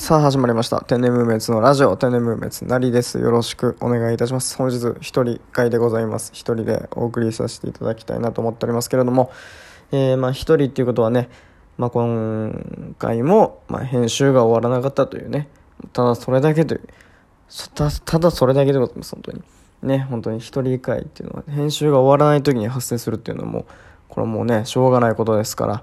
さあ始まりました。天然無滅のラジオ、天然無滅なりです。よろしくお願いいたします。本日一人会でございます。一人でお送りさせていただきたいなと思っておりますけれども、一人っていうことはね、今回も、編集が終わらなかったというね、ただそれだけという、ただそれだけでございます。本当にね、本当に一人会っていうのは、編集が終わらない時に発生するっていうのも、これはもうね、しょうがないことですから、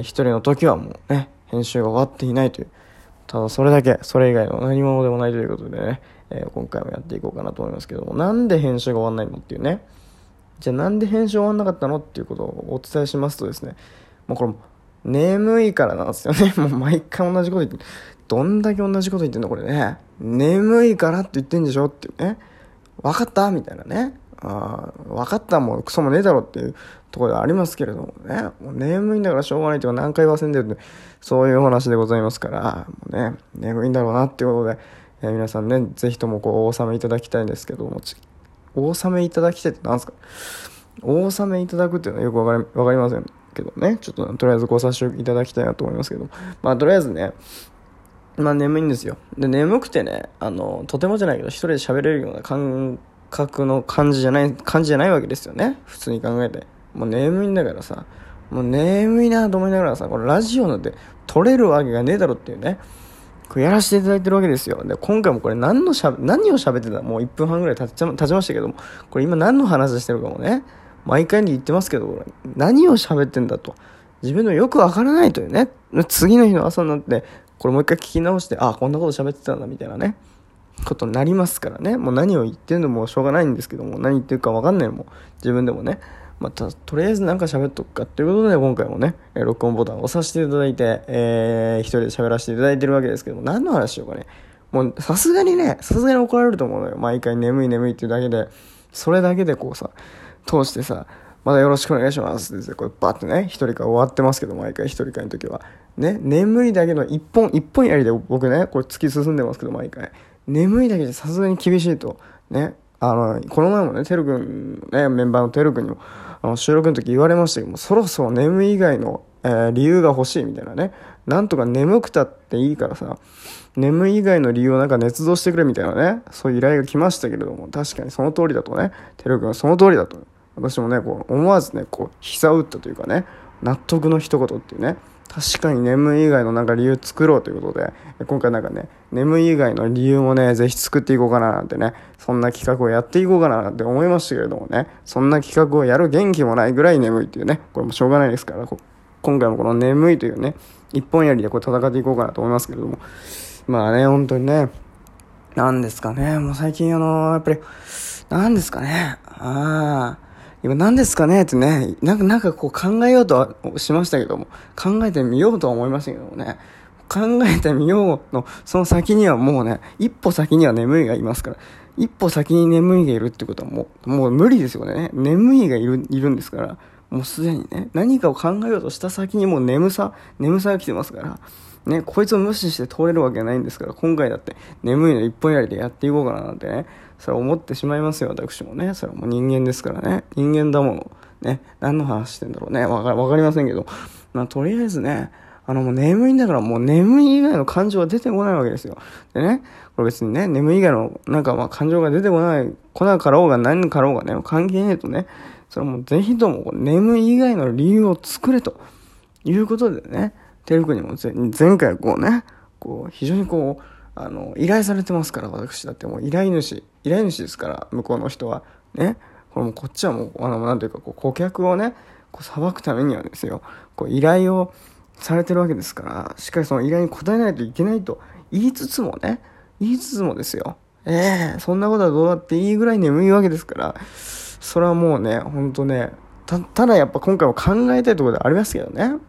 一人の時はもうね、編集が終わっていないという、ただそれだけ、それ以外の何者でもないということでね、今回もやっていこうかなと思いますけども、なんで編集が終わんないのっていうね。じゃあなんで編集終わんなかったのっていうことをお伝えしますとですね、もうこれ眠いからなんですよね。もう毎回同じこと言って、どんだけ同じこと言ってんのこれね。眠いからって言ってんでしょっていうね。分かったみたいなね。分かったもうクソもねえだろっていうところではありますけれどもね、もう眠いんだからしょうがないというか何回忘れんでるって、そういうお話でございますから、もうね、眠いんだろうなっていうことで、皆さんね、ぜひともお納めいただきたいんですけども、お納めいただきたいって何ですか？お納めいただくっていうのはよくわかりませんけどね、ちょっととりあえずご察しいただきたいなと思いますけど、とりあえずね、眠いんですよ。で、眠くてね、とてもじゃないけど一人で喋れるような感じじゃないわけですよね。普通に考えて。もう眠いんだからさ、もう眠いなと思いながらさ、これラジオなんて撮れるわけがねえだろっていうね、これやらせていただいてるわけですよ。で、今回もこれ何を喋ってたもう1分半ぐらい経ちましたけども、これ今何の話してるかもね、毎回に言ってますけど、何を喋ってんだと。自分のよくわからないというね、次の日の朝になって、これもう一回聞き直して、こんなこと喋ってたんだみたいなね、ことになりますからね。もう何を言ってんのもしょうがないんですけども、何言ってるかわかんないのも自分でもね、とりあえずなんか喋っとくかということで、今回もね、録音ボタンを押させていただいて、一人で喋らせていただいてるわけですけども、何の話しようかね。もうさすがに怒られると思うのよ。毎回眠いっていうだけで、それだけでこうさ、通してさ、まだよろしくお願いしますってこれバッとね、一人会終わってますけど、毎回一人会の時は。ね、眠いだけの一本やりで僕ね、これ突き進んでますけど、毎回。眠いだけじゃさすがに厳しいと。ね。この前もね、てるくん、ね、メンバーのてるくんにも、収録の時言われましたけども、そろそろ眠い以外の、理由が欲しいみたいなね。なんとか眠くたっていいからさ、眠い以外の理由をなんか捏造してくれみたいなね、そういう依頼が来ましたけれども、確かにその通りだとね、てるくんはその通りだと。私もね、思わずね、膝を打ったというかね、納得の一言っていうね、確かに眠い以外のなんか理由作ろうということで、今回なんかね、眠い以外の理由もね、ぜひ作っていこうかななんてね、そんな企画をやっていこうかななんて思いましたけれどもね、そんな企画をやる元気もないぐらい眠いっていうね、これもしょうがないですから、今回もこの眠いというね、一本槍で戦っていこうかなと思いますけれども、本当にね、なんですかね、もう最近やっぱり、なんですかね、今何ですかねってね、なんか考えようとはしましたけども、考えてみようとは思いましたけどもね、考えてみようの、その先にはもうね、一歩先には眠いがいますから、一歩先に眠いがいるってことはもう無理ですよね。眠いがいるんですから、もうすでにね、何かを考えようとした先にもう眠さが来てますから、ね、こいつを無視して通れるわけないんですから、今回だって眠いの一本やりでやっていこうかななんてね、それは思ってしまいますよ、私もね。それはもう人間ですからね。人間だもの。ね。何の話してんだろうね。わかりませんけど。とりあえずね、もう眠いんだからもう眠い以外の感情が出てこないわけですよ。でね、これ別にね、眠い以外の感情が出てこなかろうが何かろうがね、関係ねえとね、それはもうぜひとも眠い以外の理由を作れということでね、てるくんにも前回非常に依頼されてますから、私だってもう依頼主ですから、向こうの人は。ね。こっちはもう、なんていうか、顧客をね、裁くためにはですよ、依頼をされてるわけですから、しっかりその依頼に応えないといけないと言いつつもですよ。そんなことはどうだっていいぐらい眠いわけですから、それはもうね、ほんとね、ただやっぱ今回も考えたいところでありますけどね。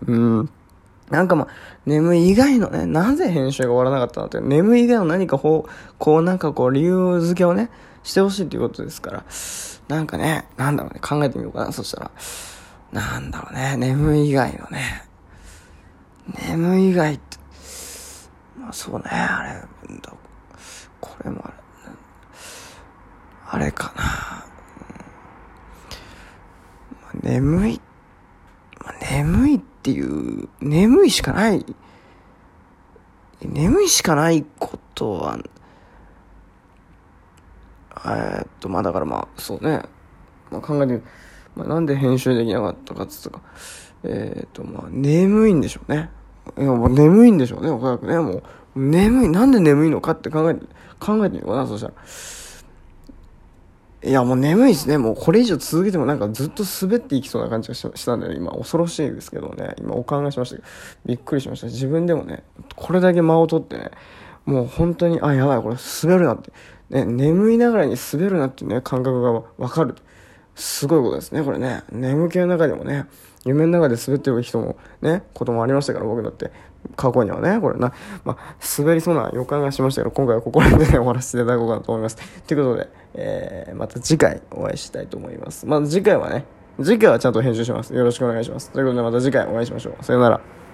眠い以外のね、なぜ編集が終わらなかったのって、眠い以外の何か理由付けをね、してほしいということですから、考えてみようかな、そしたら。眠い以外のね、眠い以外って、そうね、これもあれかな。眠いっていう、眠いしかない眠いしかないことは、まあだからまあ、そうね。まあ考えてみる。まあなんで編集できなかったかっつったか。まあ眠いんでしょうね。いや、もう眠いんでしょうね、おそらくね。もう、なんで眠いのかって考えてみようかな、そしたら。いや、もう眠いですね。もうこれ以上続けてもなんかずっと滑っていきそうな感じがしたんで、ね、今恐ろしいですけどね。今お考えしましたけど、びっくりしました。自分でもね、これだけ間を取ってね、もう本当に、あ、やばい、これ滑るなって。ね、眠いながらに滑るなっていうね、感覚がわかる。すごいことですね、これね。眠気の中でもね、夢の中で滑ってる人もね、こともありましたから、僕だって。過去にはね、これな、まあ、滑りそうな予感がしましたけど、今回はここら辺で、ね、終わらせていただこうかなと思います。ということで、また次回お会いしたいと思います。まあ、次回はちゃんと編集します。よろしくお願いします。ということで、また次回お会いしましょう。さよなら。